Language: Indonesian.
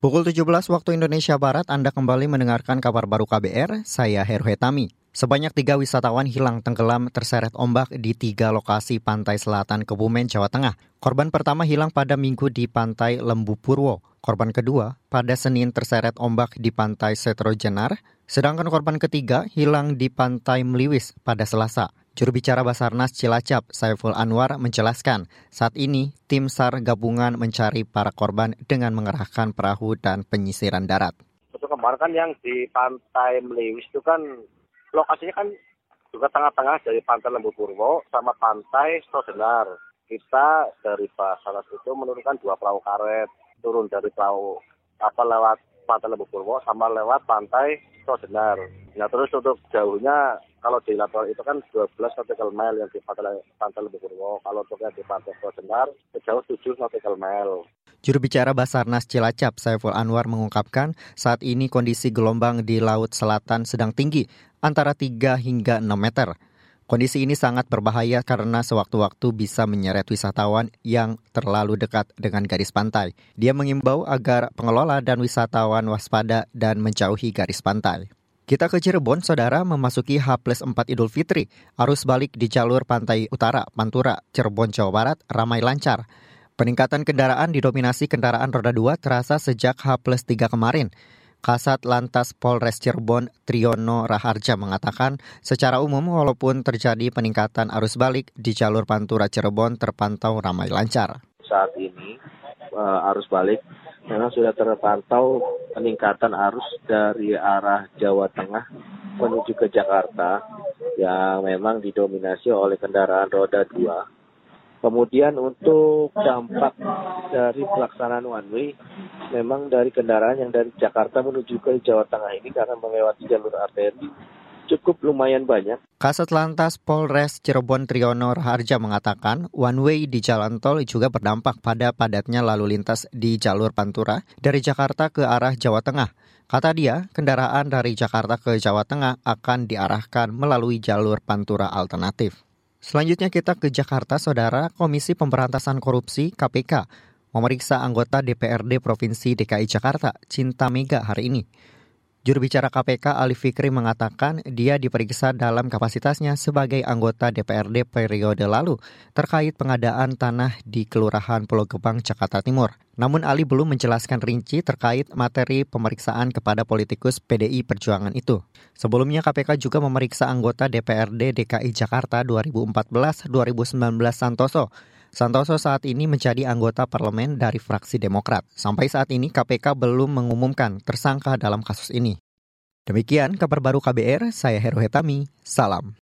Pukul 17 waktu Indonesia Barat, Anda kembali mendengarkan kabar baru KBR, saya Heru Hetami. Sebanyak 3 wisatawan hilang tenggelam terseret ombak di 3 lokasi pantai selatan Kebumen, Jawa Tengah. Korban pertama hilang pada Minggu di pantai Lembu Purwo. Korban kedua pada Senin terseret ombak di pantai Setro Jenar. Sedangkan korban ketiga hilang di pantai Mliwis pada Selasa. Juru bicara Basarnas Cilacap, Saiful Anwar, menjelaskan saat ini tim SAR gabungan mencari para korban dengan mengerahkan perahu dan penyisiran darat. Itu kemarin kan yang di pantai Mliwis itu kan lokasinya kan juga tengah-tengah dari pantai Lembu Purwo sama pantai Stodenar. Kita dari Basarnas itu menurunkan 2 perahu karet, turun dari perahu lewat pantai Lembu Purwo sama lewat pantai Stodenar. Nah terus untuk jauhnya kalau di laporan itu kan 12 nautical mile yang di pantai Lembu Purwo. Kalau untuk yang di pantai Stodenar sejauh 7 nautical mile. Juru bicara Basarnas Cilacap, Saiful Anwar, mengungkapkan saat ini kondisi gelombang di Laut Selatan sedang tinggi, antara 3 hingga 6 meter. Kondisi ini sangat berbahaya karena sewaktu-waktu bisa menyeret wisatawan yang terlalu dekat dengan garis pantai. Dia mengimbau agar pengelola dan wisatawan waspada dan menjauhi garis pantai. Kita ke Cirebon, saudara, memasuki H+4 Idul Fitri. Arus balik di jalur pantai utara, Pantura, Cirebon, Jawa Barat ramai lancar. Peningkatan kendaraan didominasi kendaraan roda 2 terasa sejak H+3 kemarin. Kasat Lantas Polres Cirebon Triyono Raharja mengatakan secara umum walaupun terjadi peningkatan arus balik di jalur Pantura Cirebon terpantau ramai lancar. Saat ini arus balik memang sudah terpantau peningkatan arus dari arah Jawa Tengah menuju ke Jakarta yang memang didominasi oleh kendaraan roda 2. Kemudian untuk dampak dari pelaksanaan one way, memang dari kendaraan yang dari Jakarta menuju ke Jawa Tengah ini karena melewati jalur arteri cukup lumayan banyak. Kasat Lantas Polres Cirebon Triyono Raharja mengatakan one way di jalan tol juga berdampak pada padatnya lalu lintas di jalur Pantura dari Jakarta ke arah Jawa Tengah. Kata dia, kendaraan dari Jakarta ke Jawa Tengah akan diarahkan melalui jalur Pantura alternatif. Selanjutnya kita ke Jakarta, saudara. Komisi Pemberantasan Korupsi (KPK) memeriksa anggota DPRD Provinsi DKI Jakarta, Cinta Mega, hari ini. Juru bicara KPK Ali Fikri mengatakan dia diperiksa dalam kapasitasnya sebagai anggota DPRD periode lalu terkait pengadaan tanah di Kelurahan Pulau Gebang, Jakarta Timur. Namun Ali belum menjelaskan rinci terkait materi pemeriksaan kepada politikus PDI Perjuangan itu. Sebelumnya KPK juga memeriksa anggota DPRD DKI Jakarta 2014-2019 Santoso. Santoso saat ini menjadi anggota parlemen dari fraksi Demokrat. Sampai saat ini KPK belum mengumumkan tersangka dalam kasus ini. Demikian kabar baru KBR, saya Heru Hetami, salam.